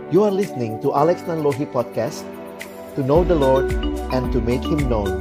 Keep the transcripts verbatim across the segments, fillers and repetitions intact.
You are listening to Alex Nanlohi Podcast, to know the Lord and to make Him known.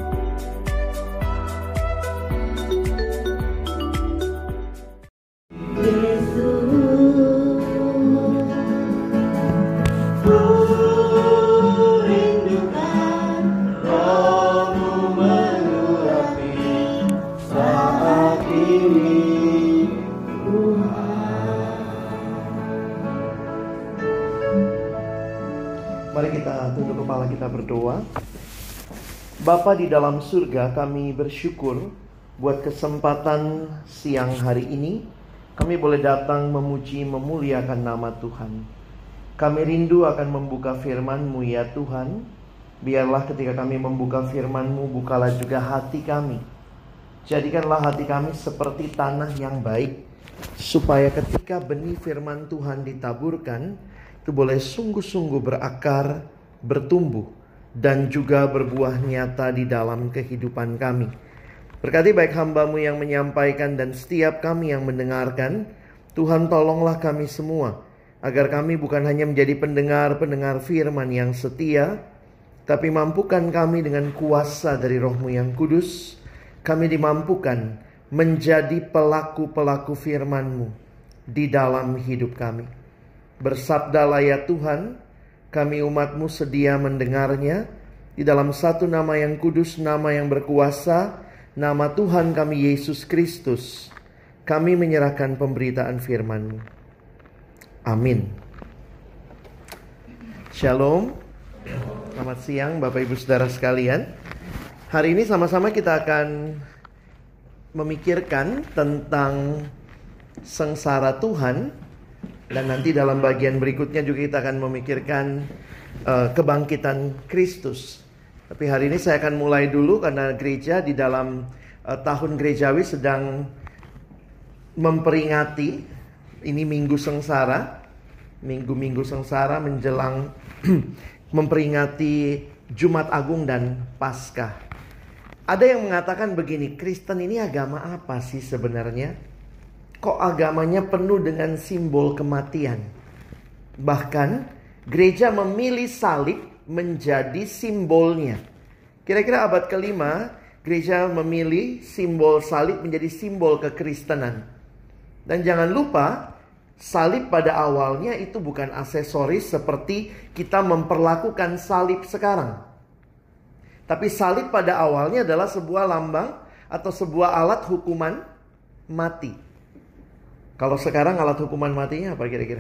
Mari kita tunduk kepala, kita berdoa. Bapa di dalam surga, kami bersyukur buat kesempatan siang hari ini. Kami boleh datang memuji, memuliakan nama Tuhan. Kami rindu akan membuka firman-Mu ya Tuhan. Biarlah ketika kami membuka firman-Mu, bukalah juga hati kami. Jadikanlah hati kami seperti tanah yang baik, supaya ketika benih firman Tuhan ditaburkan, itu boleh sungguh-sungguh berakar, bertumbuh, dan juga berbuah nyata di dalam kehidupan kami. Berkati baik hamba-Mu yang menyampaikan dan setiap kami yang mendengarkan. Tuhan, tolonglah kami semua, agar kami bukan hanya menjadi pendengar-pendengar firman yang setia, tapi mampukan kami dengan kuasa dari Roh-Mu yang kudus. Kami dimampukan menjadi pelaku-pelaku firman-Mu di dalam hidup kami. Bersabdalah ya Tuhan, kami umat-Mu sedia mendengarnya. Di dalam satu nama yang kudus, nama yang berkuasa, nama Tuhan kami Yesus Kristus, kami menyerahkan pemberitaan firman-Mu. Amin. Shalom. Selamat siang Bapak Ibu Saudara sekalian. Hari ini sama-sama kita akan memikirkan tentang sengsara Tuhan. Dan nanti dalam bagian berikutnya juga kita akan memikirkan uh, kebangkitan Kristus. Tapi hari ini saya akan mulai dulu karena gereja di dalam uh, tahun gerejawi sedang memperingati ini Minggu Sengsara. Minggu-minggu Sengsara menjelang memperingati Jumat Agung dan Paskah. Ada yang mengatakan begini, Kristen ini agama apa sih sebenarnya? Kok agamanya penuh dengan simbol kematian? Bahkan gereja memilih salib menjadi simbolnya. Kira-kira abad kelima, gereja memilih simbol salib menjadi simbol kekristenan. Dan jangan lupa, salib pada awalnya itu bukan aksesoris seperti kita memperlakukan salib sekarang. Tapi salib pada awalnya adalah sebuah lambang atau sebuah alat hukuman mati. Kalau sekarang alat hukuman matinya apa kira-kira?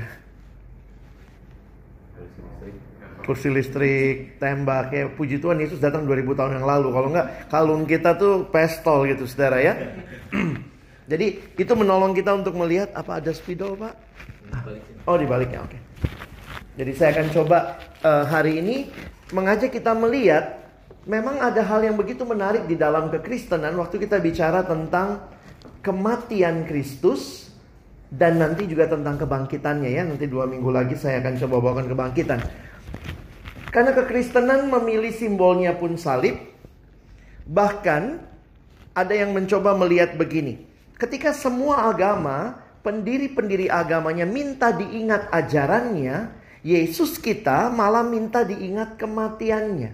Kursi listrik, tembak. Ya, puji Tuhan Yesus datang dua ribu tahun yang lalu. Kalau enggak, kalung kita tuh pistol gitu saudara ya. Jadi itu menolong kita untuk melihat apa ada spidol Pak? Oh dibaliknya, oke. Jadi saya akan coba uh, hari ini mengajak kita melihat memang ada hal yang begitu menarik di dalam kekristenan waktu kita bicara tentang kematian Kristus. Dan nanti juga tentang kebangkitannya ya. Nanti dua minggu lagi saya akan coba bawakan kebangkitan. Karena kekristenan memilih simbolnya pun salib. Bahkan ada yang mencoba melihat begini. Ketika semua agama, pendiri-pendiri agamanya minta diingat ajarannya, Yesus kita malah minta diingat kematiannya.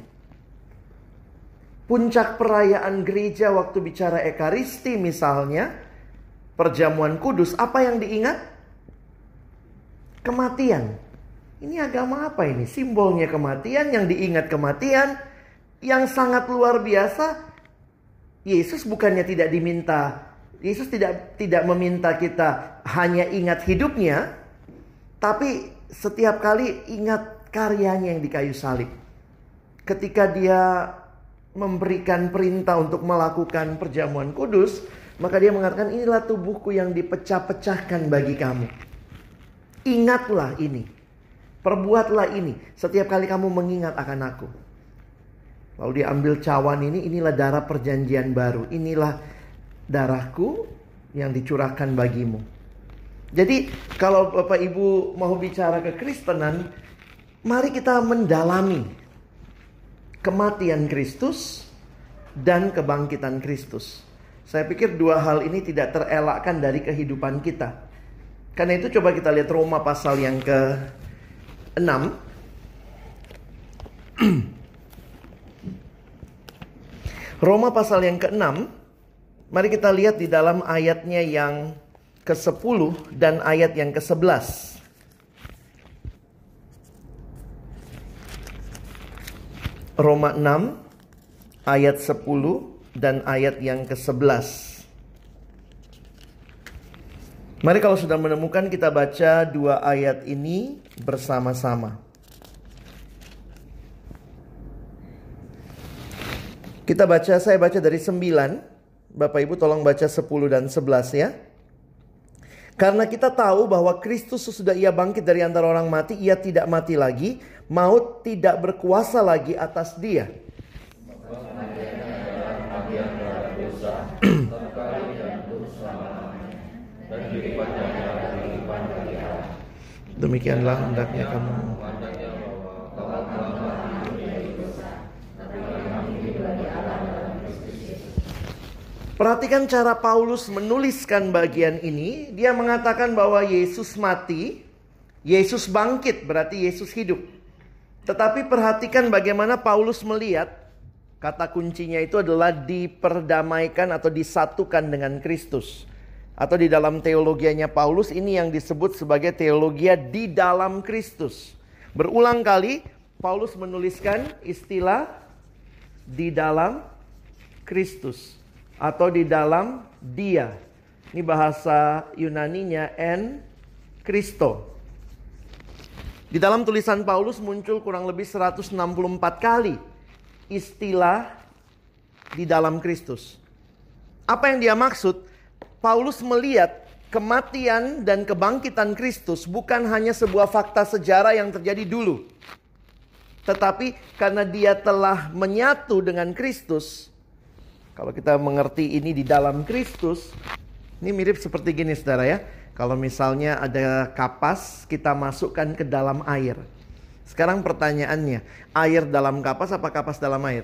Puncak perayaan gereja waktu bicara Ekaristi misalnya, perjamuan kudus, apa yang diingat? Kematian. Ini agama apa ini? Simbolnya kematian, yang diingat kematian. Yang sangat luar biasa, Yesus bukannya tidak diminta, Yesus tidak tidak meminta kita hanya ingat hidupnya, tapi setiap kali ingat karyanya yang di kayu salib. Ketika dia memberikan perintah untuk melakukan perjamuan kudus, maka dia mengatakan inilah tubuhku yang dipecah-pecahkan bagi kamu. Ingatlah ini. Perbuatlah ini. Setiap kali kamu mengingat akan aku. Lalu dia ambil cawan ini. Inilah darah perjanjian baru. Inilah darahku yang dicurahkan bagimu. Jadi kalau Bapak Ibu mau bicara kekristenan, mari kita mendalami kematian Kristus dan kebangkitan Kristus. Saya pikir dua hal ini tidak terelakkan dari kehidupan kita. Karena itu coba kita lihat Roma pasal yang ke enam. Roma pasal yang keenam. Mari kita lihat di dalam ayatnya yang kesepuluh dan ayat yang kesebelas. Roma enam ayat sepuluh dan ayat yang kesebelas. Mari kalau sudah menemukan kita baca dua ayat ini bersama-sama. Kita baca, saya baca dari sembilan. Bapak Ibu tolong baca sepuluh dan sebelas ya. Karena kita tahu bahwa Kristus sesudah ia bangkit dari antara orang mati, ia tidak mati lagi. Maut tidak berkuasa lagi atas dia. Demikianlah hendaknya kamu. Perhatikan cara Paulus menuliskan bagian ini. Dia mengatakan bahwa Yesus mati, Yesus bangkit, berarti Yesus hidup. Tetapi perhatikan bagaimana Paulus melihat, kata kuncinya itu adalah diperdamaikan atau disatukan dengan Kristus. Atau di dalam teologianya Paulus ini yang disebut sebagai teologia di dalam Kristus. Berulang kali Paulus menuliskan istilah di dalam Kristus atau di dalam Dia. Ini bahasa Yunaninya en Christo. Di dalam tulisan Paulus muncul kurang lebih seratus enam puluh empat kali istilah di dalam Kristus. Apa yang dia maksud? Paulus melihat kematian dan kebangkitan Kristus bukan hanya sebuah fakta sejarah yang terjadi dulu. Tetapi karena dia telah menyatu dengan Kristus. Kalau kita mengerti ini di dalam Kristus, ini mirip seperti gini saudara ya. Kalau misalnya ada kapas, kita masukkan ke dalam air. Sekarang pertanyaannya, air dalam kapas apa kapas dalam air?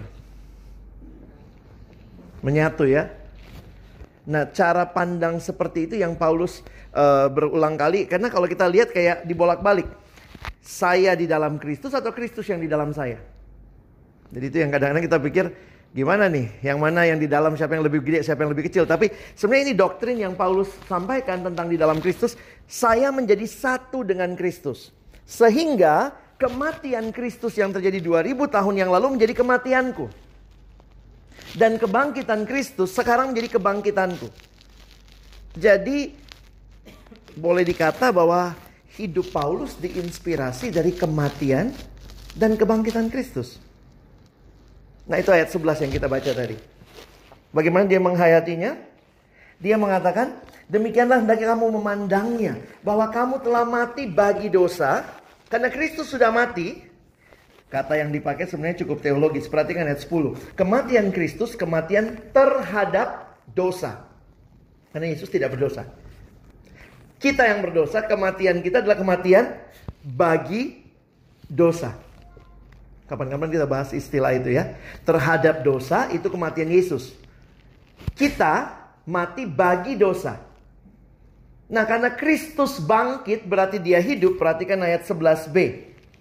Menyatu ya. Nah, cara pandang seperti itu yang Paulus uh, berulang kali. Karena kalau kita lihat kayak dibolak-balik. Saya di dalam Kristus atau Kristus yang di dalam saya? Jadi itu yang kadang-kadang kita pikir, gimana nih? Yang mana yang di dalam, siapa yang lebih gede, siapa yang lebih kecil. Tapi sebenarnya ini doktrin yang Paulus sampaikan tentang di dalam Kristus. Saya menjadi satu dengan Kristus. Sehingga kematian Kristus yang terjadi dua ribu tahun yang lalu menjadi kematianku. Dan kebangkitan Kristus sekarang menjadi kebangkitanku. Jadi boleh dikata bahwa hidup Paulus diinspirasi dari kematian dan kebangkitan Kristus. Nah itu ayat sebelas yang kita baca tadi. Bagaimana dia menghayatinya? Dia mengatakan, demikianlah hendaknya kamu memandangnya, bahwa kamu telah mati bagi dosa. Karena Kristus sudah mati. Kata yang dipakai sebenarnya cukup teologis. Perhatikan ayat sepuluh. Kematian Kristus, kematian terhadap dosa. Karena Yesus tidak berdosa. Kita yang berdosa, kematian kita adalah kematian bagi dosa. Kapan-kapan kita bahas istilah itu ya. Terhadap dosa itu kematian Yesus. Kita mati bagi dosa. Nah karena Kristus bangkit berarti dia hidup. Perhatikan ayat sebelas b.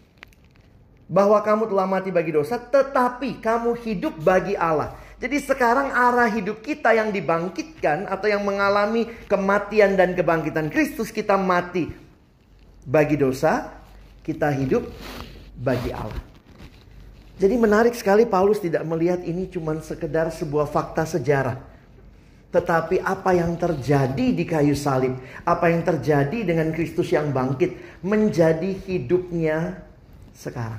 Bahwa kamu telah mati bagi dosa, tetapi kamu hidup bagi Allah. Jadi sekarang arah hidup kita yang dibangkitkan atau yang mengalami kematian dan kebangkitan Kristus, kita mati bagi dosa, kita hidup bagi Allah. Jadi menarik sekali Paulus tidak melihat ini cuma sekedar sebuah fakta sejarah. Tetapi apa yang terjadi di kayu salib, apa yang terjadi dengan Kristus yang bangkit, menjadi hidupnya sekarang.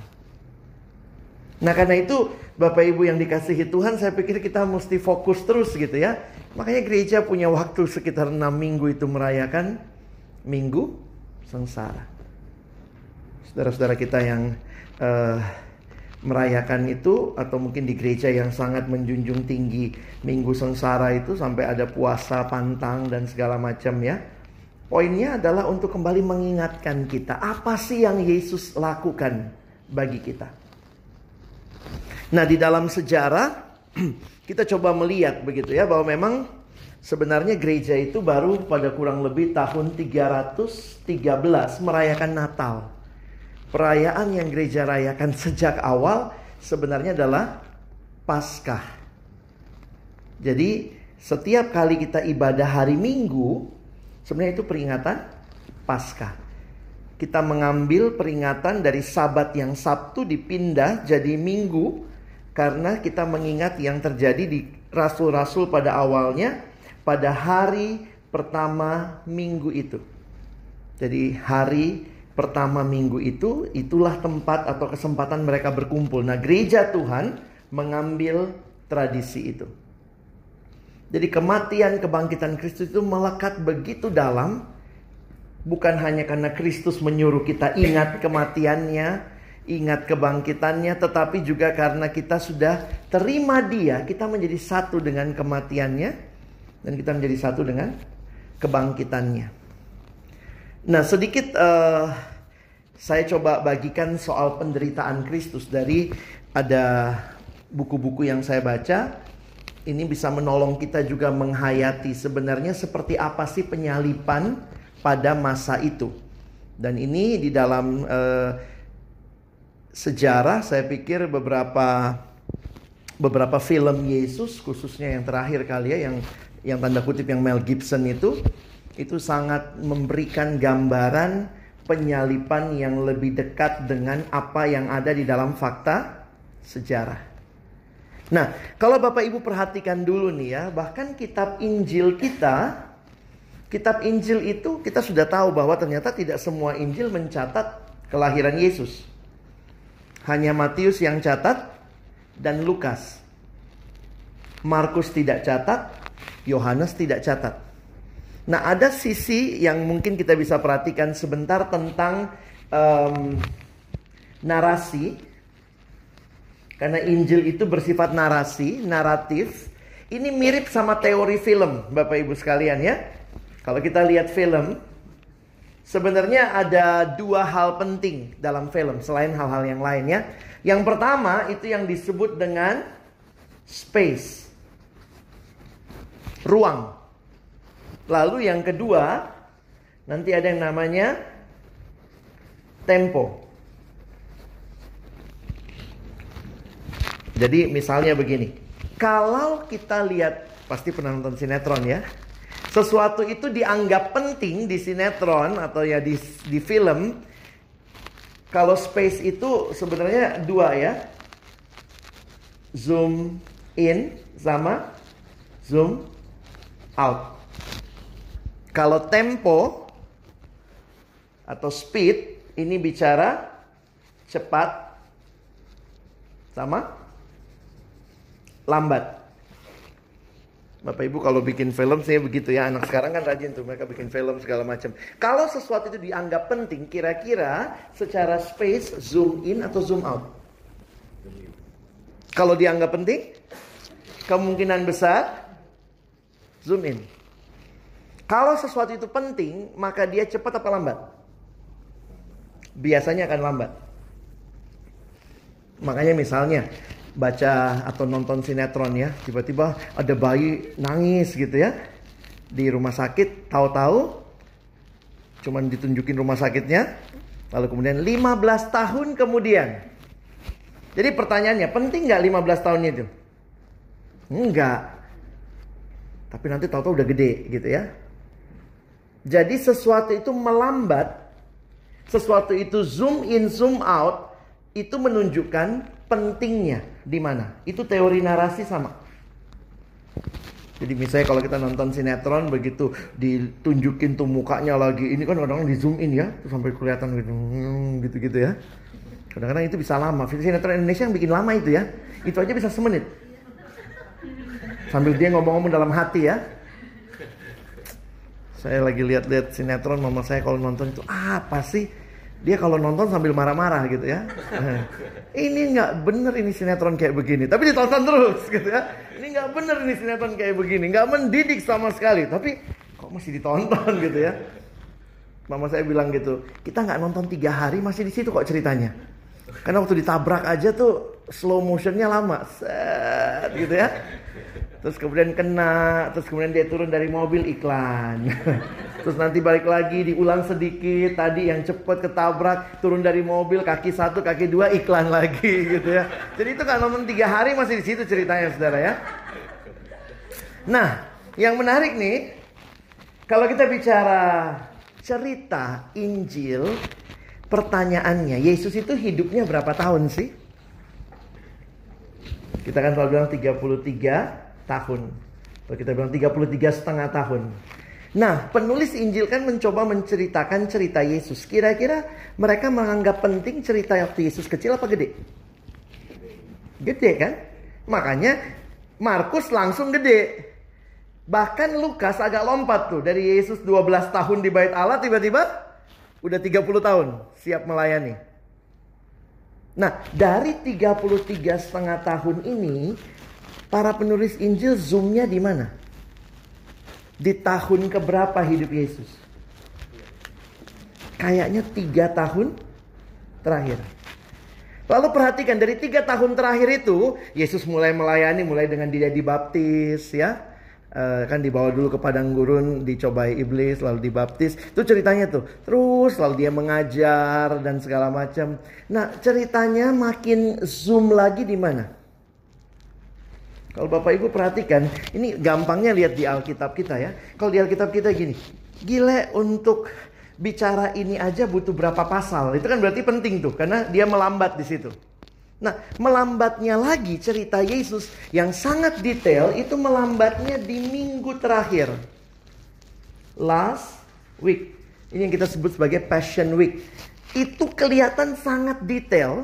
Nah karena itu Bapak Ibu yang dikasihi Tuhan, saya pikir kita mesti fokus terus gitu ya. Makanya gereja punya waktu sekitar enam minggu itu merayakan Minggu Sengsara. Saudara-saudara kita yang uh, merayakan itu, atau mungkin di gereja yang sangat menjunjung tinggi Minggu Sengsara itu, sampai ada puasa pantang dan segala macam ya. Poinnya adalah untuk kembali mengingatkan kita, apa sih yang Yesus lakukan bagi kita. Nah di dalam sejarah kita coba melihat begitu ya, bahwa memang sebenarnya gereja itu baru pada kurang lebih tahun tiga ratus tiga belas merayakan Natal. perayaan yang gereja rayakan sejak awal sebenarnya adalah Paskah. Jadi setiap kali kita ibadah hari Minggu, sebenarnya itu peringatan Paskah. Kita mengambil peringatan dari Sabat yang Sabtu dipindah jadi Minggu, karena kita mengingat yang terjadi di rasul-rasul pada awalnya, pada hari pertama minggu itu. Jadi hari pertama minggu itu, itulah tempat atau kesempatan mereka berkumpul. Nah, gereja Tuhan mengambil tradisi itu. Jadi kematian kebangkitan Kristus itu melekat begitu dalam. Bukan hanya karena Kristus menyuruh kita ingat kematiannya, ingat kebangkitannya, tetapi juga karena kita sudah terima Dia, kita menjadi satu dengan kematiannya, dan kita menjadi satu dengan kebangkitannya. Nah, sedikit uh, saya coba bagikan soal penderitaan Kristus dari ada buku-buku yang saya baca. Ini bisa menolong kita juga menghayati sebenarnya seperti apa sih penyalipan pada masa itu. Dan ini di dalam uh, sejarah, saya pikir beberapa beberapa film Yesus, khususnya yang terakhir kali ya, yang yang tanda kutip yang Mel Gibson itu, itu sangat memberikan gambaran penyalipan yang lebih dekat dengan apa yang ada di dalam fakta sejarah. Nah, kalau Bapak Ibu perhatikan dulu nih ya, bahkan kitab Injil kita, kitab Injil itu kita sudah tahu bahwa ternyata tidak semua Injil mencatat kelahiran Yesus. Hanya Matius yang catat dan Lukas. Markus tidak catat, Yohanes tidak catat. Nah, ada sisi yang mungkin kita bisa perhatikan sebentar tentang um, narasi. Karena Injil itu bersifat narasi, naratif. Ini mirip sama teori film, Bapak Ibu sekalian ya. Kalau kita lihat film, sebenarnya ada dua hal penting dalam film selain hal-hal yang lainnya. Yang pertama itu yang disebut dengan space, ruang. Lalu yang kedua, nanti ada yang namanya tempo. Jadi misalnya begini, kalau kita lihat, pasti pernah nonton sinetron ya, sesuatu itu dianggap penting di sinetron atau ya di, di film. Kalau space itu sebenarnya dua ya, zoom in sama zoom out. Kalau tempo atau speed ini bicara cepat sama lambat. Bapak Ibu kalau bikin film sih begitu ya. Anak sekarang kan rajin tuh, mereka bikin film segala macam. Kalau sesuatu itu dianggap penting, kira-kira secara space zoom in atau zoom out? Kalau dianggap penting, kemungkinan besar zoom in. Kalau sesuatu itu penting, maka dia cepat apa lambat? Biasanya akan lambat. Makanya misalnya baca atau nonton sinetron ya, tiba-tiba ada bayi nangis gitu ya di rumah sakit, tahu-tahu cuman ditunjukin rumah sakitnya, lalu kemudian lima belas tahun kemudian. Jadi pertanyaannya, penting nggak lima belas tahunnya itu? Enggak. Tapi nanti tahu-tahu udah gede gitu ya. Jadi sesuatu itu melambat, sesuatu itu zoom in, zoom out, itu menunjukkan pentingnya di mana. Itu teori narasi sama. Jadi misalnya kalau kita nonton sinetron, begitu ditunjukin tuh mukanya lagi, ini kan kadang-kadang di zoom in ya, tuh sampai kelihatan gitu, gitu-gitu ya. Kadang-kadang itu bisa lama. Sinetron Indonesia yang bikin lama itu ya, itu aja bisa semenit. Sambil dia ngomong-ngomong dalam hati ya. Saya lagi lihat-lihat sinetron, mama saya kalau nonton itu apa sih? Dia kalau nonton sambil marah-marah gitu ya. Ini nggak bener ini sinetron kayak begini. Tapi ditonton terus gitu ya. Ini nggak bener ini sinetron kayak begini. Nggak mendidik sama sekali. Tapi kok masih ditonton gitu ya. Mama saya bilang gitu, kita nggak nonton tiga hari masih di situ kok ceritanya. Karena waktu ditabrak aja tuh slow motionnya lama. Set gitu ya. Terus kemudian kena, terus kemudian dia turun dari mobil, iklan. Terus nanti balik lagi, diulang sedikit. Tadi yang cepet ketabrak, turun dari mobil, kaki satu, kaki dua, iklan lagi gitu ya. Jadi itu kan nonton tiga hari masih di situ ceritanya, saudara ya. Nah, yang menarik nih, kalau kita bicara cerita Injil, pertanyaannya, Yesus itu hidupnya berapa tahun sih? Kita kan selalu bilang tiga puluh tiga tahun. Atau kita bilang tiga puluh tiga setengah tahun. Nah, penulis Injil kan mencoba menceritakan cerita Yesus. Kira-kira mereka menganggap penting cerita waktu Yesus kecil apa gede? Gede kan? Makanya Markus langsung gede. Bahkan Lukas agak lompat tuh. Dari Yesus dua belas tahun di Bait Allah, tiba-tiba udah tiga puluh tahun siap melayani. Nah, dari tiga puluh tiga setengah tahun ini, para penulis Injil zoomnya di mana? Di tahun keberapa hidup Yesus? Kayaknya tiga tahun terakhir. Lalu perhatikan, dari tiga tahun terakhir itu Yesus mulai melayani, mulai dengan dia dibaptis ya. e, Kan dibawa dulu ke padang gurun, dicobai iblis, lalu dibaptis. Itu ceritanya tuh. Terus lalu dia mengajar dan segala macam. Nah, ceritanya makin zoom lagi di mana? Kalau Bapak Ibu perhatikan, ini gampangnya lihat di Alkitab kita ya. Kalau di Alkitab kita gini, gile untuk bicara ini aja butuh berapa pasal. Itu kan berarti penting tuh, karena dia melambat di situ. Nah, melambatnya lagi cerita Yesus yang sangat detail itu melambatnya di minggu terakhir. Last week. Ini yang kita sebut sebagai Passion Week. Itu kelihatan sangat detail.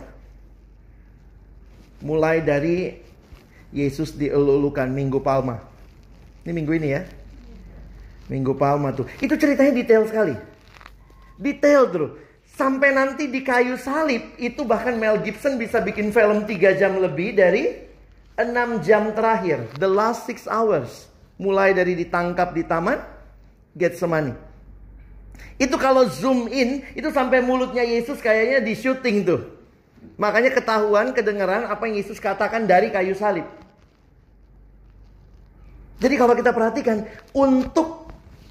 Mulai dari Yesus dielulukan Minggu Palma. Ini minggu ini ya. Minggu Palma tuh. Itu ceritanya detail sekali. Detail terus. Sampai nanti di kayu salib. Itu bahkan Mel Gibson bisa bikin film tiga jam lebih dari enam jam terakhir. The last six hours. Mulai dari ditangkap di taman Getsemani. Itu kalau zoom in, itu sampai mulutnya Yesus kayaknya di syuting tuh. Makanya ketahuan, kedengaran apa yang Yesus katakan dari kayu salib. Jadi kalau kita perhatikan, untuk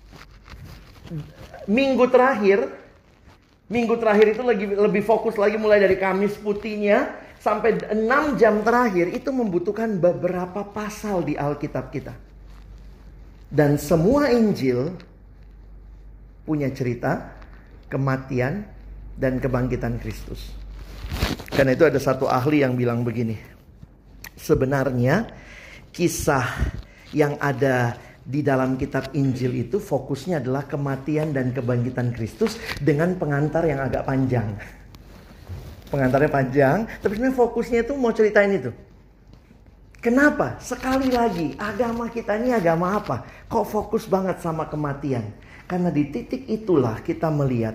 minggu terakhir, minggu terakhir itu lagi, lebih fokus lagi mulai dari Kamis putihnya sampai enam jam terakhir, itu membutuhkan beberapa pasal di Alkitab kita. Dan semua Injil punya cerita kematian dan kebangkitan Kristus. Karena itu ada satu ahli yang bilang begini, sebenarnya kisah yang ada di dalam kitab Injil itu fokusnya adalah kematian dan kebangkitan Kristus dengan pengantar yang agak panjang. Pengantarnya panjang, tapi sebenarnya fokusnya itu mau ceritain itu. Kenapa? Sekali lagi, agama kita ini agama apa? Kok fokus banget sama kematian? Karena di titik itulah kita melihat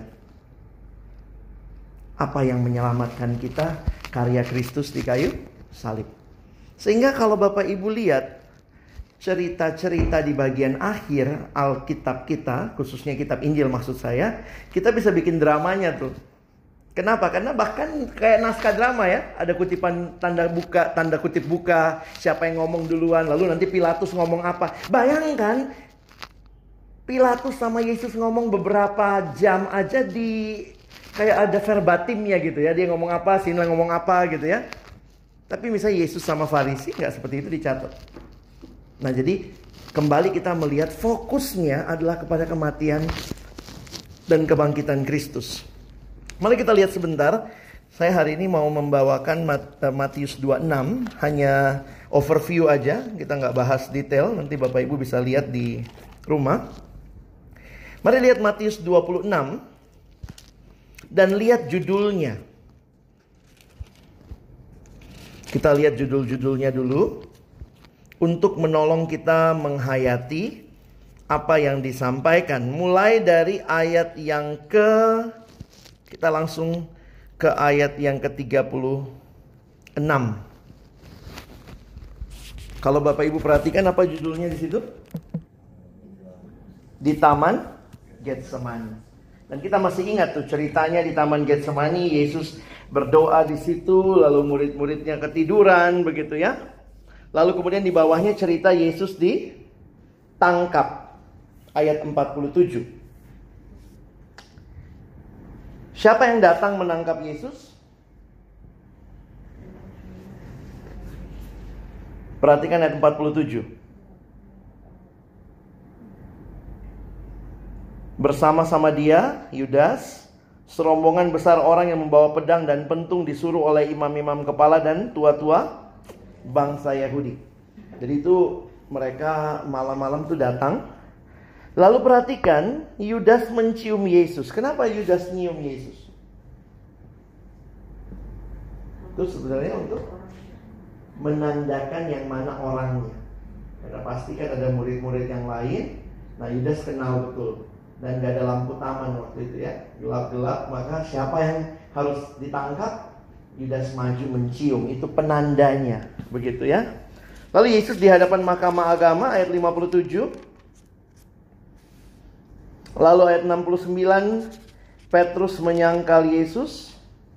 apa yang menyelamatkan kita, karya Kristus di kayu salib. Sehingga kalau Bapak Ibu lihat cerita-cerita di bagian akhir Alkitab kita, khususnya kitab Injil maksud saya, kita bisa bikin dramanya tuh. Kenapa? Karena bahkan kayak naskah drama ya, ada kutipan tanda buka, tanda kutip buka, siapa yang ngomong duluan, lalu nanti Pilatus ngomong apa. Bayangkan Pilatus sama Yesus ngomong beberapa jam aja di kayak ada verbatimnya gitu ya. Dia ngomong apa, sini ngomong apa gitu ya. Tapi misalnya Yesus sama Farisi nggak seperti itu dicatat. Nah jadi kembali kita melihat fokusnya adalah kepada kematian dan kebangkitan Kristus. Mari kita lihat sebentar. Saya hari ini mau membawakan Matius dua puluh enam. Hanya overview aja. Kita nggak bahas detail. Nanti Bapak Ibu bisa lihat di rumah. Mari lihat Matius dua puluh enam. Dan lihat judulnya. Kita lihat judul-judulnya dulu. Untuk menolong kita menghayati apa yang disampaikan. Mulai dari ayat yang ke... Kita langsung ke ayat yang ke tiga puluh enam. Kalau Bapak Ibu perhatikan apa judulnya di situ? Di Taman Getsemani. Dan kita masih ingat tuh ceritanya di Taman Getsemani, Yesus berdoa di situ, lalu murid-muridnya ketiduran begitu ya. Lalu kemudian di bawahnya cerita Yesus ditangkap. Ayat empat puluh tujuh. Siapa yang datang menangkap Yesus? Perhatikan ayat empat puluh tujuh. Bersama-sama dia, Yudas, serombongan besar orang yang membawa pedang dan pentung disuruh oleh imam-imam kepala dan tua-tua bangsa Yahudi. Jadi itu mereka malam-malam tuh datang. Lalu perhatikan, Yudas mencium Yesus. Kenapa Yudas nyium Yesus? Itu sebenarnya untuk menandakan yang mana orangnya. Karena pasti kan ada murid-murid yang lain. Nah, Yudas kenal betul. Dan gak ada lampu taman waktu itu ya, gelap-gelap. Maka siapa yang harus ditangkap? Yudas maju mencium. Itu penandanya. Begitu ya. Lalu Yesus di hadapan mahkamah agama ayat lima puluh tujuh. Lalu ayat enam puluh sembilan, Petrus menyangkal Yesus.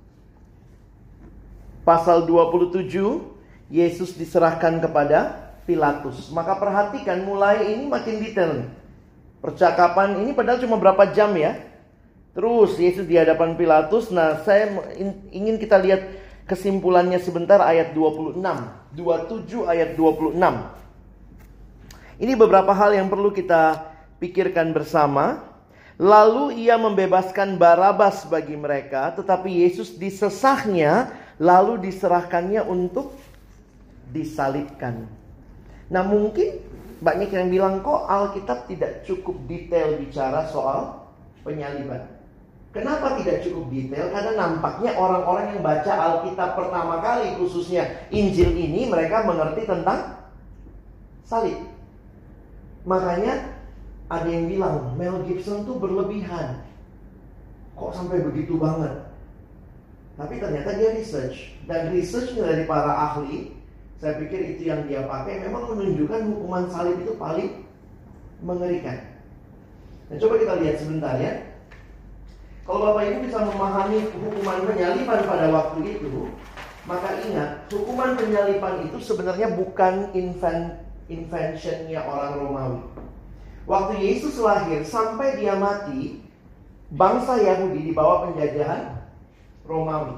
Pasal dua puluh tujuh, Yesus diserahkan kepada Pilatus. Maka perhatikan, mulai ini makin detail nih. Percakapan ini padahal cuma berapa jam ya. Terus Yesus di hadapan Pilatus. Nah, saya ingin kita lihat kesimpulannya sebentar ayat dua puluh enam. dua puluh tujuh ayat dua puluh enam. Ini beberapa hal yang perlu kita pikirkan bersama. Lalu ia membebaskan Barabas bagi mereka, tetapi Yesus disesahnya, lalu diserahkannya untuk disalibkan. Nah, mungkin banyak yang bilang, kok Alkitab tidak cukup detail bicara soal penyaliban. Kenapa tidak cukup detail? Karena nampaknya orang-orang yang baca Alkitab pertama kali, khususnya Injil ini, mereka mengerti tentang salib. Makanya ada yang bilang Mel Gibson tuh berlebihan. Kok sampai begitu banget? Tapi ternyata dia research. Dan researchnya dari para ahli, saya pikir itu yang dia pakai, memang menunjukkan hukuman salib itu paling mengerikan. Nah, coba kita lihat sebentar ya. Kalau Bapak Ibu bisa memahami hukuman penyaliban pada waktu itu, maka ingat, hukuman penyaliban itu sebenarnya bukan inven, inventionnya orang Romawi. Waktu Yesus lahir sampai dia mati, bangsa Yahudi di bawah penjajahan Romawi.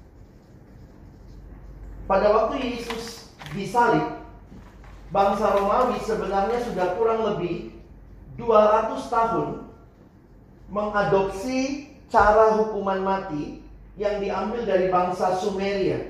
Pada waktu Yesus disalib, bangsa Romawi sebenarnya sudah kurang lebih dua ratus tahun mengadopsi cara hukuman mati yang diambil dari bangsa Sumeria.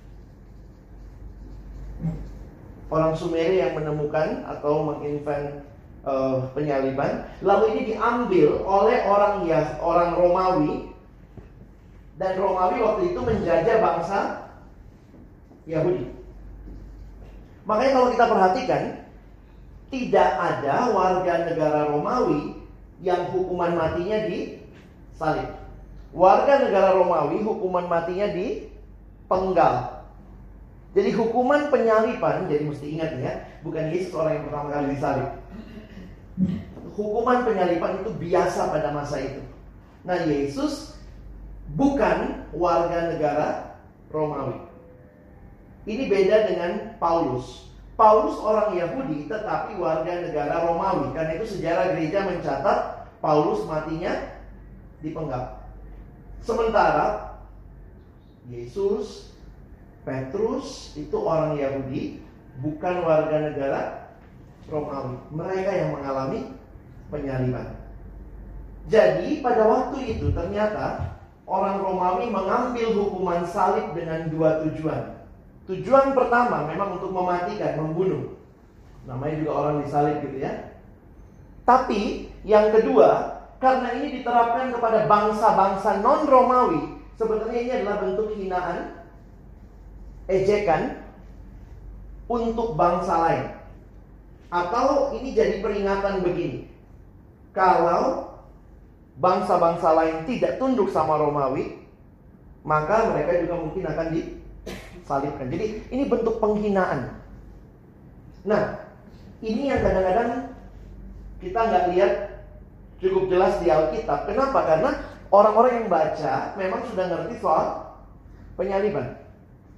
Orang Sumeria yang menemukan atau menginvent Uh, penyaliban, lalu ini diambil oleh orang ya orang Romawi, dan Romawi waktu itu menjajah bangsa Yahudi. Makanya kalau kita perhatikan, tidak ada warga negara Romawi yang hukuman matinya disalib. Warga negara Romawi hukuman matinya dipenggal. Jadi hukuman penyaliban, jadi mesti ingat ya, bukan Yesus orang yang pertama kali disalib. Hukuman penyaliban itu biasa pada masa itu. Nah, Yesus bukan warga negara Romawi. Ini beda dengan Paulus. Paulus orang Yahudi tetapi warga negara Romawi. Karena itu sejarah gereja mencatat Paulus matinya dipenggal. Sementara Yesus, Petrus itu orang Yahudi, bukan warga negara Romawi. Mereka yang mengalami penyaliban. Jadi pada waktu itu ternyata orang Romawi mengambil hukuman salib dengan dua tujuan. Tujuan pertama memang untuk mematikan, membunuh. Namanya juga orang disalib gitu ya. Tapi yang kedua, karena ini diterapkan kepada bangsa-bangsa non-Romawi, sebenarnya ini adalah bentuk hinaan, ejekan untuk bangsa lain. Atau ini jadi peringatan begini, kalau bangsa-bangsa lain tidak tunduk sama Romawi, maka mereka juga mungkin akan disalibkan. Jadi ini bentuk penghinaan. Nah, ini yang kadang-kadang kita nggak lihat cukup jelas di Alkitab. Kenapa? Karena orang-orang yang baca memang sudah ngerti soal penyaliban.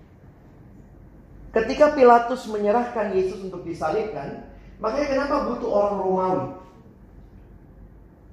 Ketika Pilatus menyerahkan Yesus untuk disalibkan, makanya kenapa butuh orang Romawi?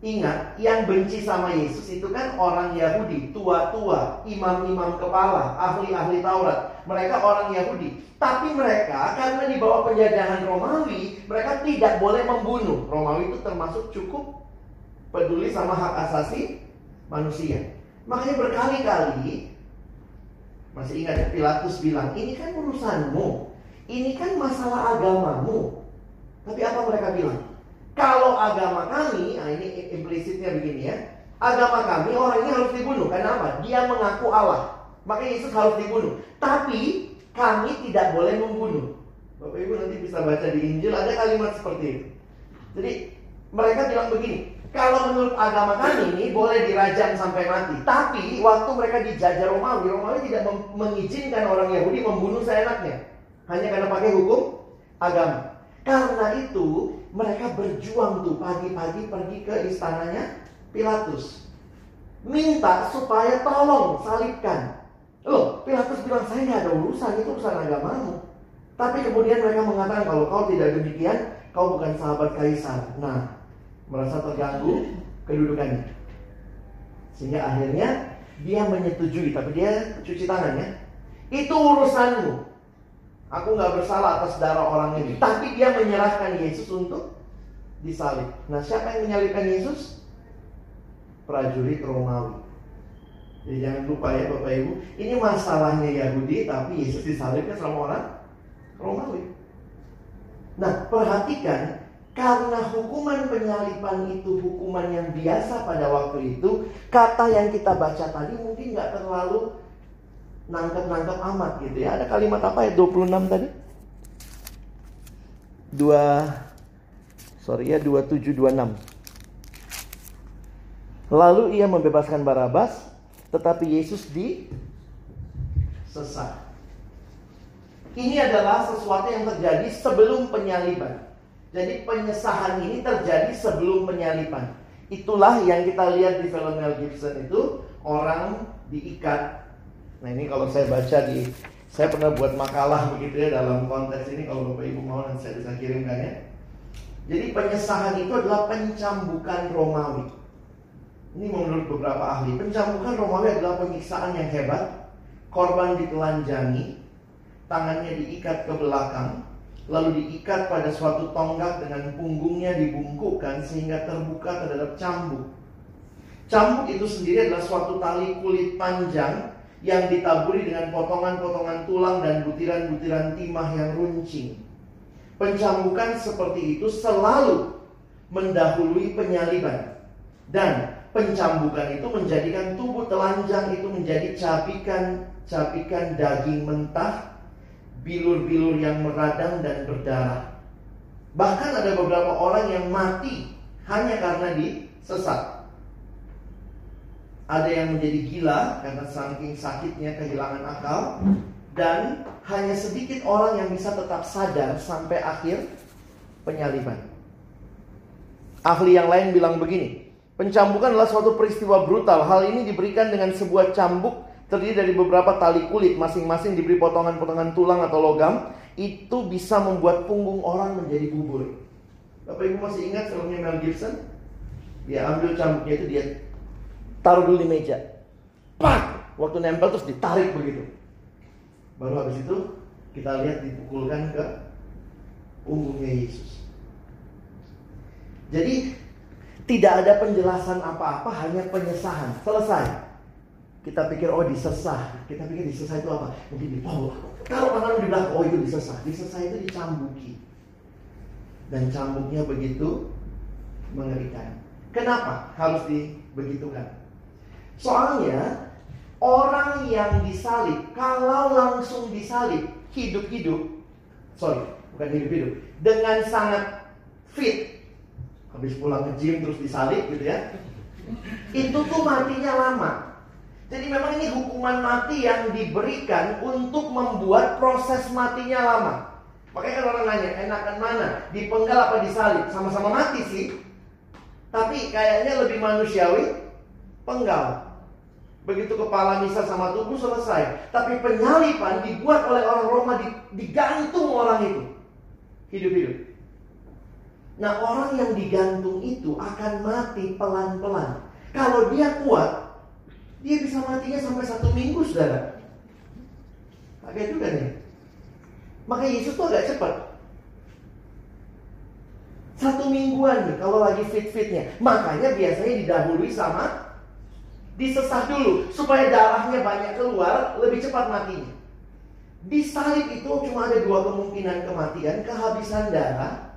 Ingat, yang benci sama Yesus itu kan orang Yahudi, tua-tua, imam-imam kepala, ahli-ahli Taurat. Mereka orang Yahudi. Tapi mereka karena di bawah penjajahan Romawi, mereka tidak boleh membunuh. Romawi itu termasuk cukup peduli sama hak asasi manusia. Makanya berkali-kali, masih ingat ya, Pilatus bilang, ini kan urusanmu, ini kan masalah agamamu. Tapi apa mereka bilang? Kalau agama kami, nah ini implisitnya begini ya, agama kami orang ini harus dibunuh. Kenapa? Dia mengaku Allah, maka Yesus harus dibunuh. Tapi kami tidak boleh membunuh. Bapak Ibu nanti bisa baca di Injil, ada kalimat seperti itu. Jadi mereka bilang begini, kalau menurut agama kami ini boleh dirajam sampai mati. Tapi waktu mereka dijajah Romawi, Romawi tidak mengizinkan orang Yahudi membunuh seenaknya, hanya karena pakai hukum agama. Karena itu mereka berjuang tuh pagi-pagi pergi ke istananya Pilatus, minta supaya tolong salibkan. Loh, Pilatus bilang, saya nggak ada urusan, itu urusan agamamu. Tapi kemudian mereka mengatakan, kalau kau tidak demikian, kau bukan sahabat kaisar. Nah, merasa terganggu kedudukannya, sehingga akhirnya dia menyetujui. Tapi dia cuci tangannya, itu urusanmu, aku nggak bersalah atas darah orang ini. Tapi dia menyerahkan Yesus untuk disalib. Nah, siapa yang menyalibkan Yesus? Prajurit Romawi. Jadi jangan lupa ya Bapak Ibu, ini masalahnya Yahudi, tapi Yesus disalibkan sama orang Romawi. Nah, perhatikan, karena hukuman penyaliban itu hukuman yang biasa pada waktu itu, kata yang kita baca tadi mungkin nggak terlalu nangkep-nangkep amat gitu ya. Ada kalimat apa ya, dua puluh enam tadi? Dua, sorry ya, dua puluh tujuh, dua puluh enam. Lalu ia membebaskan Barabas, tetapi Yesus disesat. Ini adalah sesuatu yang terjadi sebelum penyaliban. Jadi penyesahan ini terjadi sebelum penyaliban. Itulah yang kita lihat di film Mel Gibson itu, orang diikat. Nah ini kalau saya baca di, saya pernah buat makalah begitu ya dalam konteks ini. Kalau Bapak Ibu mau nanti saya bisa kirimkan ya. Jadi penyesahan itu adalah pencambukan Romawi. Ini menurut beberapa ahli, pencambukan Romawi adalah penyiksaan yang hebat. Korban ditelanjangi, tangannya diikat ke belakang, lalu diikat pada suatu tonggak dengan punggungnya dibungkukkan sehingga terbuka terhadap cambuk. Cambuk itu sendiri adalah suatu tali kulit panjang yang ditaburi dengan potongan-potongan tulang dan butiran-butiran timah yang runcing. Pencambukan seperti itu selalu mendahului penyaliban. Dan pencambukan itu menjadikan tubuh telanjang itu menjadi cabikan-cabikan daging mentah, bilur-bilur yang meradang dan berdarah. Bahkan ada beberapa orang yang mati hanya karena disesat. Ada yang menjadi gila karena saking sakitnya kehilangan akal. Dan hanya sedikit orang yang bisa tetap sadar sampai akhir penyaliban. Ahli yang lain bilang begini, pencambukan adalah suatu peristiwa brutal. Hal ini diberikan dengan sebuah cambuk terdiri dari beberapa tali kulit, masing-masing diberi potongan-potongan tulang atau logam. Itu bisa membuat punggung orang menjadi bubur. Bapak Ibu masih ingat filmnya Mel Gibson? Dia ambil cambuknya itu, dia taruh dulu di meja, pak, waktu nempel terus ditarik begitu. Baru habis itu kita lihat dipukulkan ke punggungnya Yesus. Jadi tidak ada penjelasan apa-apa, hanya penyesahan. Selesai. Kita pikir oh disesah. Kita pikir disesah itu apa? Mungkin di oh, taruh tangan di belakang, oh itu disesah. Disesah itu dicambuki. Dan cambuknya begitu mengerikan. Kenapa harus dibegitukan? Soalnya orang yang disalib, kalau langsung disalib hidup-hidup, sorry, bukan hidup-hidup, dengan sangat fit, habis pulang ke gym terus disalib gitu ya, itu tuh matinya lama. Jadi memang ini hukuman mati yang diberikan untuk membuat proses matinya lama. Makanya kan orang nanya, enakan mana? Dipenggal apa disalib? Sama-sama mati sih, tapi kayaknya lebih manusiawi penggal. Begitu kepala misah sama tubuh selesai. Tapi penyaliban dibuat oleh orang Roma, digantung orang itu hidup-hidup. Nah, orang yang digantung itu akan mati pelan-pelan. Kalau dia kuat, dia bisa matinya sampai satu minggu, saudara. Agak juga nih. Makanya Yesus tuh agak cepat. Satu mingguan nih kalau lagi fit-fitnya. Makanya biasanya didahului sama disesah dulu supaya darahnya banyak keluar, lebih cepat matinya. Di salib itu cuma ada dua kemungkinan kematian, kehabisan darah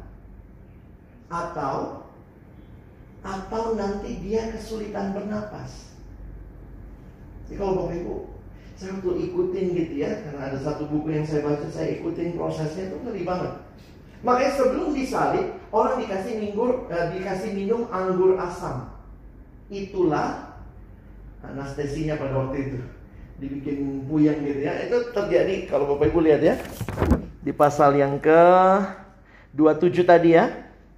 atau atau nanti dia kesulitan bernapas. Jadi kalau Bapak Ibu, saya waktu ikutin gitu ya, karena ada satu buku yang saya baca, saya ikutin prosesnya, itu ngeri banget. Makanya sebelum disalib, orang dikasih minggur, eh, dikasih minum anggur asam. Itulah anestesinya pada waktu itu, dibikin puyeng gitu ya. Itu terjadi kalau Bapak Ibu lihat ya, di pasal yang ke dua puluh tujuh tadi ya.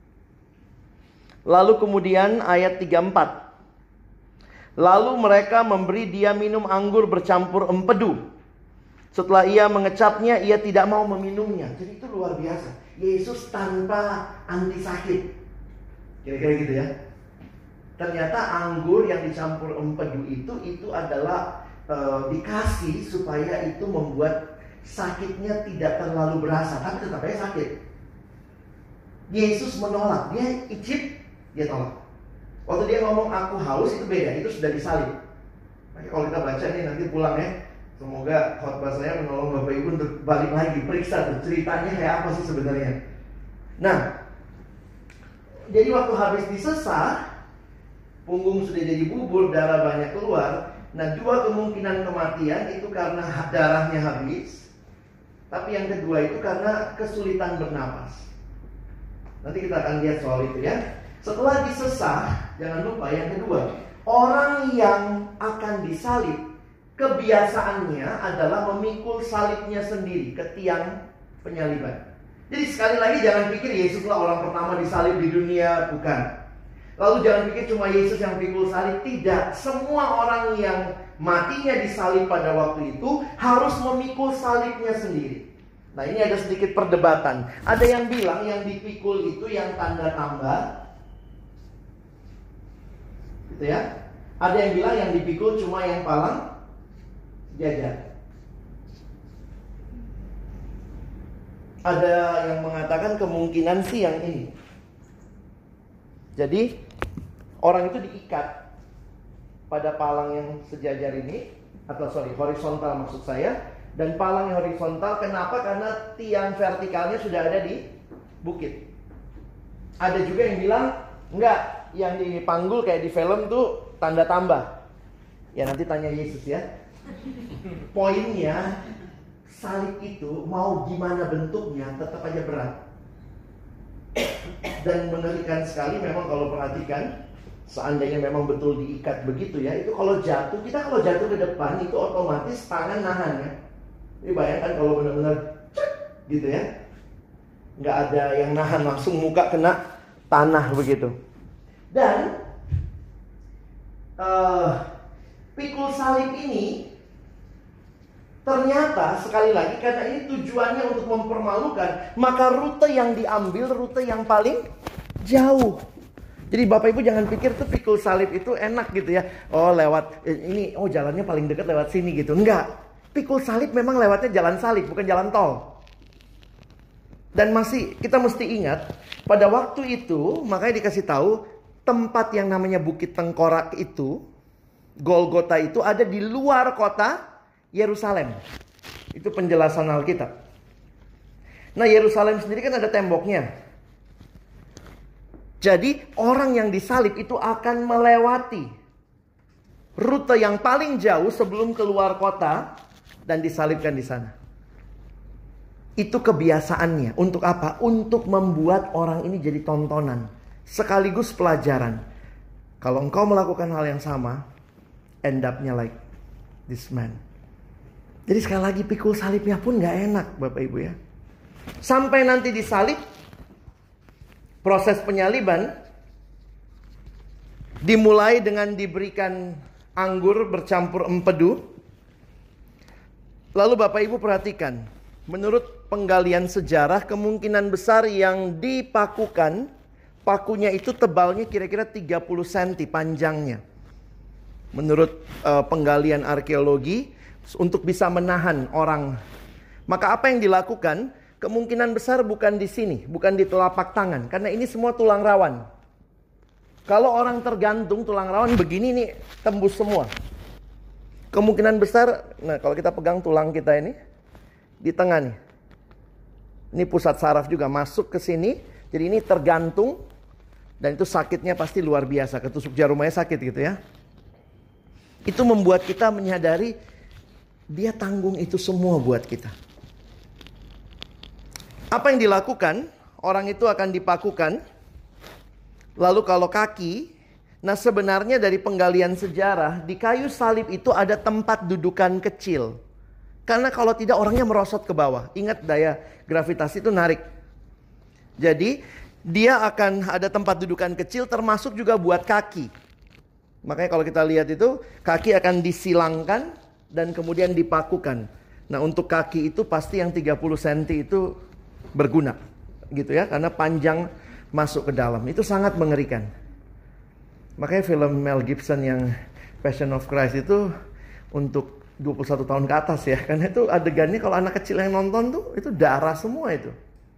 Lalu kemudian ayat tiga puluh empat. Lalu mereka memberi dia minum anggur bercampur empedu. Setelah ia mengecapnya, ia tidak mau meminumnya. Jadi itu luar biasa. Yesus tanpa anti sakit. Kira-kira gitu ya. Ternyata anggur yang dicampur empedu itu itu adalah e, dikasih supaya itu membuat sakitnya tidak terlalu berasa, tapi tetap aja sakit. Yesus menolak, dia icip, dia tolak. Waktu dia ngomong aku haus itu beda, itu sudah disalib. Nah, kalau kita baca nih nanti pulang ya, semoga khotbah saya menolong Bapak Ibu untuk balik lagi periksa tuh ceritanya kayak apa sih sebenarnya. Nah, jadi waktu habis disesah, punggung sudah jadi bubur, darah banyak keluar. Nah, dua kemungkinan kematian itu karena darahnya habis, tapi yang kedua itu karena kesulitan bernapas. Nanti kita akan lihat soal itu ya. Setelah disesah, jangan lupa yang kedua, orang yang akan disalib kebiasaannya adalah memikul salibnya sendiri ke tiang penyaliban. Jadi sekali lagi jangan pikir Yesuslah orang pertama disalib di dunia, bukan. Lalu jangan pikir cuma Yesus yang pikul salib, tidak. Semua orang yang matinya disalib pada waktu itu harus memikul salibnya sendiri. Nah, ini ada sedikit perdebatan. Ada yang bilang yang dipikul itu yang tanda tambah, gitu ya. Ada yang bilang yang dipikul cuma yang palang jajar. Ada yang mengatakan kemungkinan sih yang ini. Jadi orang itu diikat pada palang yang sejajar ini, atau sorry horizontal maksud saya. Dan palang yang horizontal, kenapa? Karena tiang vertikalnya sudah ada di bukit. Ada juga yang bilang enggak, yang dipanggul kayak di film tuh tanda tambah. Ya nanti tanya Yesus ya. Poinnya, salib itu mau gimana bentuknya tetap aja berat. Dan mengerikan sekali memang kalau perhatikan, seandainya memang betul diikat begitu ya, itu kalau jatuh, kita kalau jatuh ke depan itu otomatis tangan nahan ya. Jadi bayangkan kalau benar-benar gitu ya, nggak ada yang nahan, langsung muka kena tanah begitu. Dan uh, pikul salib ini ternyata sekali lagi karena ini tujuannya untuk mempermalukan, maka rute yang diambil rute yang paling jauh. Jadi Bapak Ibu jangan pikir tuh pikul salib itu enak gitu ya. Oh lewat ini, oh jalannya paling dekat lewat sini gitu. Enggak. Pikul salib memang lewatnya jalan salib, bukan jalan tol. Dan masih kita mesti ingat, pada waktu itu makanya dikasih tahu tempat yang namanya Bukit Tengkorak itu, Golgota itu ada di luar kota Yerusalem. Itu penjelasan Alkitab. Nah, Yerusalem sendiri kan ada temboknya. Jadi orang yang disalib itu akan melewati rute yang paling jauh sebelum keluar kota dan disalibkan di sana. Itu kebiasaannya. Untuk apa? Untuk membuat orang ini jadi tontonan, sekaligus pelajaran. Kalau engkau melakukan hal yang sama, end up-nya like this man. Jadi sekali lagi pikul salibnya pun gak enak Bapak Ibu ya. Sampai nanti disalib, proses penyaliban dimulai dengan diberikan anggur bercampur empedu. Lalu Bapak Ibu perhatikan, menurut penggalian sejarah kemungkinan besar yang dipakukan Pakunya itu tebalnya kira-kira tiga puluh sentimeter panjangnya. Menurut uh, penggalian arkeologi, untuk bisa menahan orang. Maka apa yang dilakukan? Kemungkinan besar bukan di sini, bukan di telapak tangan. Karena ini semua tulang rawan. Kalau orang tergantung tulang rawan begini nih, tembus semua. Kemungkinan besar, nah kalau kita pegang tulang kita ini, di tengah nih. Ini pusat saraf juga masuk ke sini. Jadi ini tergantung. Dan itu sakitnya pasti luar biasa. Ketusuk jarum aja sakit gitu ya. Itu membuat kita menyadari dia tanggung itu semua buat kita. Apa yang dilakukan? Orang itu akan dipakukan. Lalu kalau kaki, nah sebenarnya dari penggalian sejarah, di kayu salib itu ada tempat dudukan kecil. Karena kalau tidak orangnya merosot ke bawah. Ingat daya gravitasi itu narik. Jadi dia akan ada tempat dudukan kecil termasuk juga buat kaki. Makanya kalau kita lihat itu, kaki akan disilangkan dan kemudian dipakukan. Nah untuk kaki itu pasti yang tiga puluh sentimeter itu berguna. Gitu ya, karena panjang masuk ke dalam. Itu sangat mengerikan. Makanya film Mel Gibson yang Passion of Christ itu untuk dua puluh satu tahun ke atas ya. Karena itu adegannya kalau anak kecil yang nonton tuh, itu darah semua itu.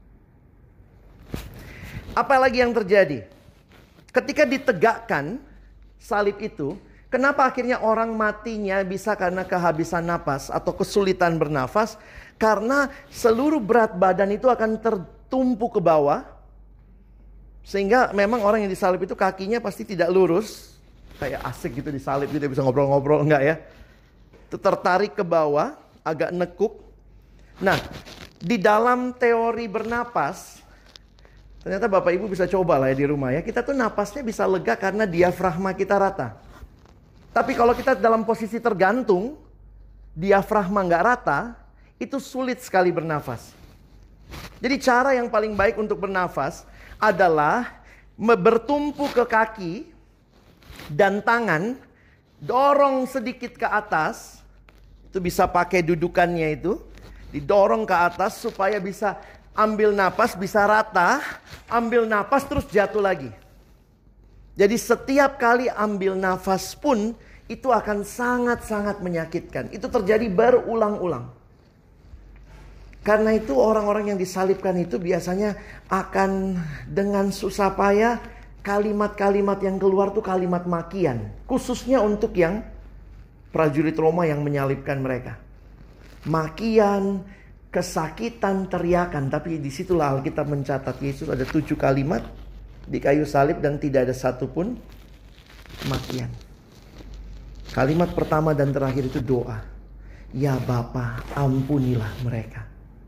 Apalagi yang terjadi? Ketika ditegakkan salib itu, kenapa akhirnya orang matinya bisa karena kehabisan napas atau kesulitan bernafas? Karena seluruh berat badan itu akan tertumpu ke bawah. Sehingga memang orang yang disalib itu kakinya pasti tidak lurus. Kayak asik gitu disalib gitu, bisa ngobrol-ngobrol, enggak ya? Itu tertarik ke bawah, agak nekuk. Nah, di dalam teori bernapas, ternyata Bapak Ibu bisa coba lah ya di rumah ya. Kita tuh napasnya bisa lega karena diafragma kita rata. Tapi kalau kita dalam posisi tergantung, diafragma nggak rata, itu sulit sekali bernafas. Jadi cara yang paling baik untuk bernafas adalah bertumpu ke kaki dan tangan, dorong sedikit ke atas. Itu bisa pakai dudukannya itu, didorong ke atas supaya bisa ambil napas, bisa rata, ambil napas terus jatuh lagi. Jadi setiap kali ambil nafas pun itu akan sangat-sangat menyakitkan. Itu terjadi berulang-ulang. Karena itu orang-orang yang disalibkan itu biasanya akan dengan susah payah, kalimat-kalimat yang keluar tuh kalimat makian. Khususnya untuk yang prajurit Roma yang menyalibkan mereka. Makian, kesakitan, teriakan. Tapi disitulah Alkitab mencatat Yesus ada tujuh kalimat di kayu salib dan tidak ada satupun makian. Kalimat pertama dan terakhir itu doa. Ya Bapa, ampunilah mereka.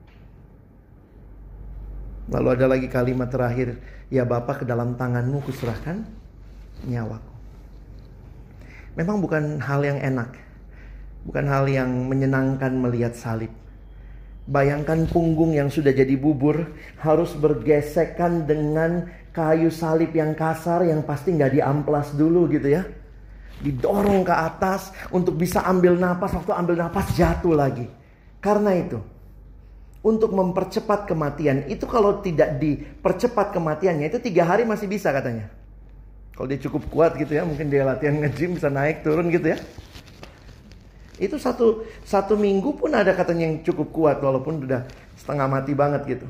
Lalu ada lagi kalimat terakhir. Ya Bapa, ke dalam tanganmu kuserahkan nyawaku. Memang bukan hal yang enak. Bukan hal yang menyenangkan melihat salib. Bayangkan punggung yang sudah jadi bubur harus bergesekan dengan kayu salib yang kasar yang pasti nggak diamplas dulu gitu ya. Didorong ke atas untuk bisa ambil napas, waktu ambil napas jatuh lagi. Karena itu, untuk mempercepat kematian, itu kalau tidak dipercepat kematiannya, itu tiga hari masih bisa katanya. Kalau dia cukup kuat gitu ya, mungkin dia latihan nge-gym bisa naik turun gitu ya. Itu satu, satu minggu pun ada katanya yang cukup kuat walaupun udah setengah mati banget gitu.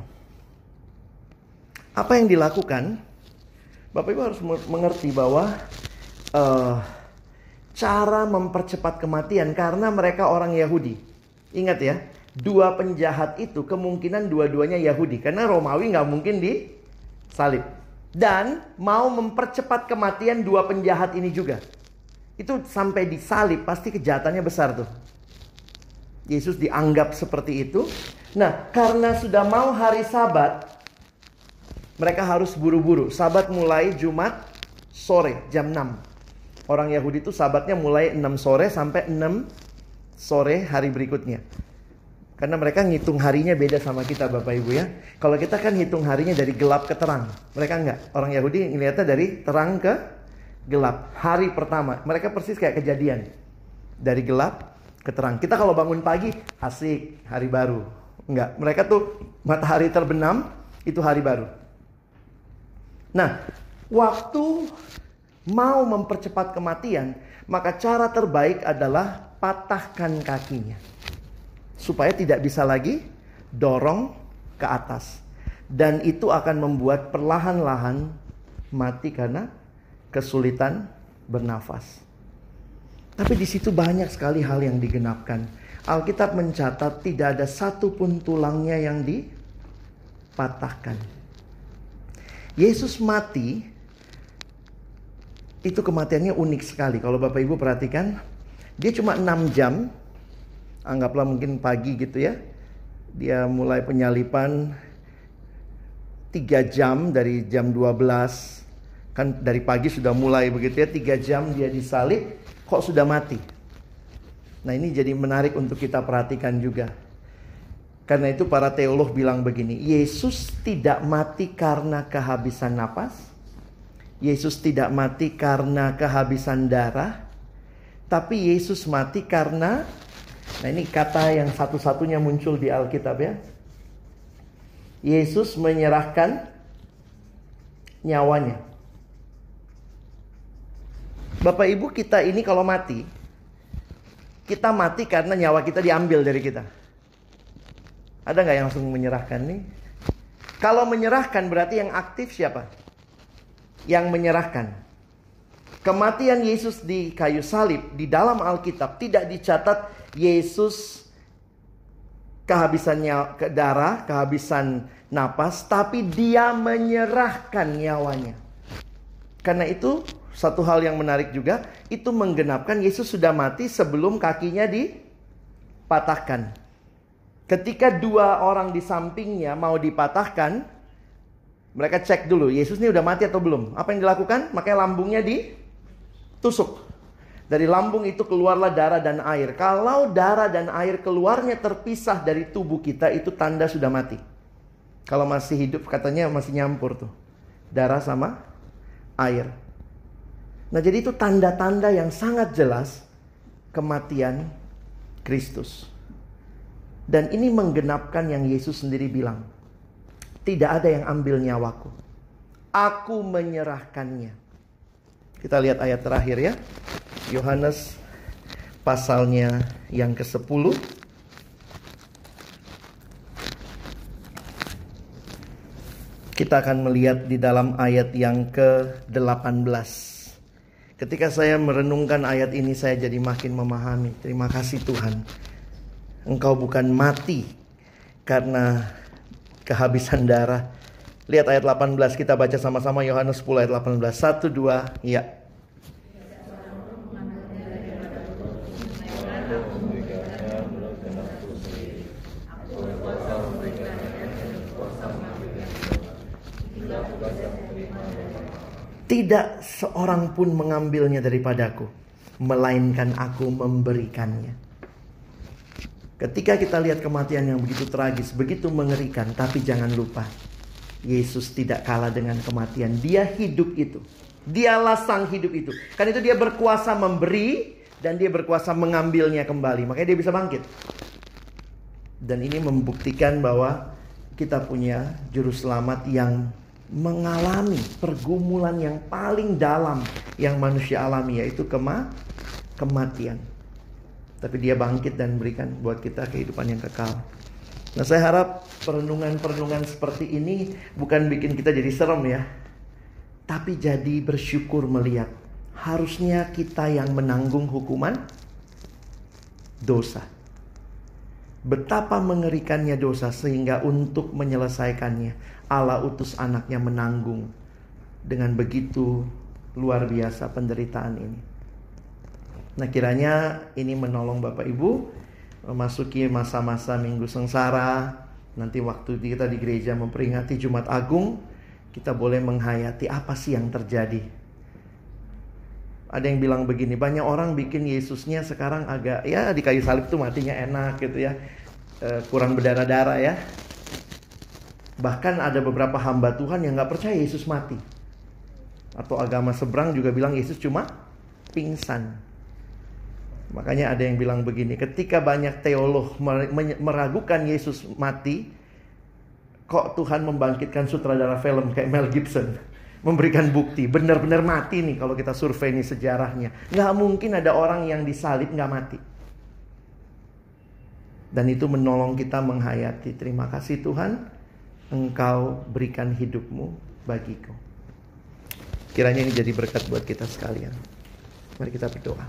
Apa yang dilakukan? Bapak Ibu harus mengerti bahwa uh, cara mempercepat kematian karena mereka orang Yahudi. Ingat ya, dua penjahat itu kemungkinan dua-duanya Yahudi. Karena Romawi nggak mungkin disalib. Dan mau mempercepat kematian dua penjahat ini juga. Itu sampai disalib pasti kejahatannya besar tuh. Yesus dianggap seperti itu. Nah, karena sudah mau hari Sabat, mereka harus buru-buru. Sabat mulai Jumat sore jam enam. Orang Yahudi itu sabatnya mulai enam sore sampai enam sore hari berikutnya. Karena mereka ngitung harinya beda sama kita Bapak Ibu ya. Kalau kita kan hitung harinya dari gelap ke terang. Mereka enggak. Orang Yahudi ngeliatnya dari terang ke gelap. Hari pertama. Mereka persis kayak kejadian. Dari gelap ke terang. Kita kalau bangun pagi, asik, hari baru. Enggak. Mereka tuh matahari terbenam, itu hari baru. Nah, waktu mau mempercepat kematian, maka cara terbaik adalah patahkan kakinya. Supaya tidak bisa lagi dorong ke atas. Dan itu akan membuat perlahan-lahan mati karena kesulitan bernafas. Tapi di situ banyak sekali hal yang digenapkan. Alkitab mencatat tidak ada satupun tulangnya yang dipatahkan. Yesus mati, itu kematiannya unik sekali. Kalau Bapak Ibu perhatikan, dia cuma enam jam. Anggaplah mungkin pagi gitu ya. Dia mulai penyalipan tiga jam dari jam dua belas. Kan dari pagi sudah mulai begitu ya. tiga jam dia disalib. Kok sudah mati? Nah, ini jadi menarik untuk kita perhatikan juga. Karena itu para teolog bilang begini, Yesus tidak mati karena kehabisan napas. Yesus tidak mati karena kehabisan darah. Tapi Yesus mati karena, nah ini kata yang satu-satunya muncul di Alkitab ya. Yesus menyerahkan nyawanya. Bapak Ibu, kita ini kalau mati, kita mati karena nyawa kita diambil dari kita. Ada nggak yang langsung menyerahkan nih? Kalau menyerahkan berarti yang aktif siapa? Yang menyerahkan. Kematian Yesus di kayu salib di dalam Alkitab tidak dicatat Yesus kehabisan darah, kehabisan napas, tapi dia menyerahkan nyawanya. Karena itu satu hal yang menarik juga, itu menggenapkan Yesus sudah mati sebelum kakinya dipatahkan. Ketika dua orang di sampingnya mau dipatahkan, mereka cek dulu, Yesus ini udah mati atau belum? Apa yang dilakukan? Makanya lambungnya ditusuk. Dari lambung itu keluarlah darah dan air. Kalau darah dan air keluarnya terpisah dari tubuh kita, itu tanda sudah mati. Kalau masih hidup katanya masih nyampur tuh, darah sama air. Nah, jadi itu tanda-tanda yang sangat jelas kematian Kristus. Dan ini menggenapkan yang Yesus sendiri bilang, tidak ada yang ambil nyawaku, aku menyerahkannya. Kita lihat ayat terakhir ya, Yohanes pasalnya yang kesepuluh. Kita akan melihat di dalam ayat yang ke delapan belas. Ketika saya merenungkan ayat ini, saya jadi makin memahami. Terima kasih Tuhan, Engkau bukan mati karena kehabisan darah. Lihat ayat delapan belas, kita baca sama-sama Yohanes sepuluh ayat delapan belas. Satu, dua, ya. Tidak seorang pun mengambilnya daripadaku, melainkan aku memberikannya. Ketika kita lihat kematian yang begitu tragis, begitu mengerikan, tapi jangan lupa, Yesus tidak kalah dengan kematian. Dia hidup itu. Dialah sang hidup itu. Karena itu dia berkuasa memberi dan dia berkuasa mengambilnya kembali. Makanya dia bisa bangkit. Dan ini membuktikan bahwa kita punya juru selamat yang mengalami pergumulan yang paling dalam yang manusia alami, yaitu kema kematian. Tapi dia bangkit dan berikan buat kita kehidupan yang kekal. Nah, saya harap perenungan-perenungan seperti ini bukan bikin kita jadi serem ya, tapi jadi bersyukur melihat harusnya kita yang menanggung hukuman dosa. Betapa mengerikannya dosa, sehingga untuk menyelesaikannya Allah utus anaknya menanggung dengan begitu luar biasa penderitaan ini. Nah, kiranya ini menolong Bapak Ibu memasuki masa-masa Minggu Sengsara. Nanti waktu kita di gereja memperingati Jumat Agung, kita boleh menghayati apa sih yang terjadi. Ada yang bilang begini, banyak orang bikin Yesusnya sekarang agak, ya di kayu salib tuh matinya enak gitu ya, e, kurang berdarah-darah ya. Bahkan ada beberapa hamba Tuhan yang gak percaya Yesus mati. Atau agama seberang juga bilang Yesus cuma pingsan. Makanya ada yang bilang begini, ketika banyak teolog meragukan Yesus mati, kok Tuhan membangkitkan sutradara film kayak Mel Gibson. memberikan bukti. Benar-benar mati nih kalau kita survei nih sejarahnya. Nggak mungkin ada orang yang disalib nggak mati. Dan itu menolong kita menghayati. Terima kasih Tuhan, Engkau berikan hidupmu bagiku. Kiranya ini jadi berkat buat kita sekalian. Mari kita berdoa.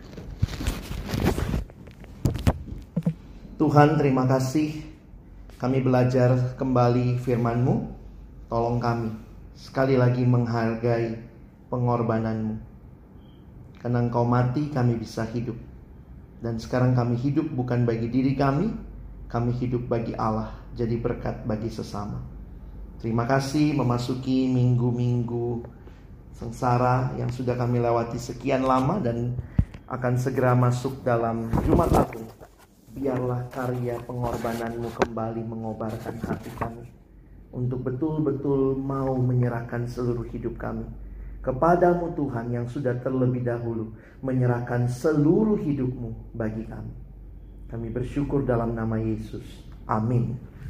Tuhan, terima kasih. Kami belajar kembali firman-Mu. Tolong kami sekali lagi menghargai pengorbanan-Mu. Karena Engkau mati, kami bisa hidup. Dan sekarang kami hidup bukan bagi diri kami, kami hidup bagi Allah, jadi berkat bagi sesama. Terima kasih memasuki minggu-minggu sengsara yang sudah kami lewati sekian lama dan akan segera masuk dalam Jumat Agung. Biarlah karya pengorbanan-Mu kembali mengobarkan hati kami untuk betul-betul mau menyerahkan seluruh hidup kami kepadamu Tuhan, yang sudah terlebih dahulu menyerahkan seluruh hidup-Mu bagi kami. Kami bersyukur dalam nama Yesus. Amin.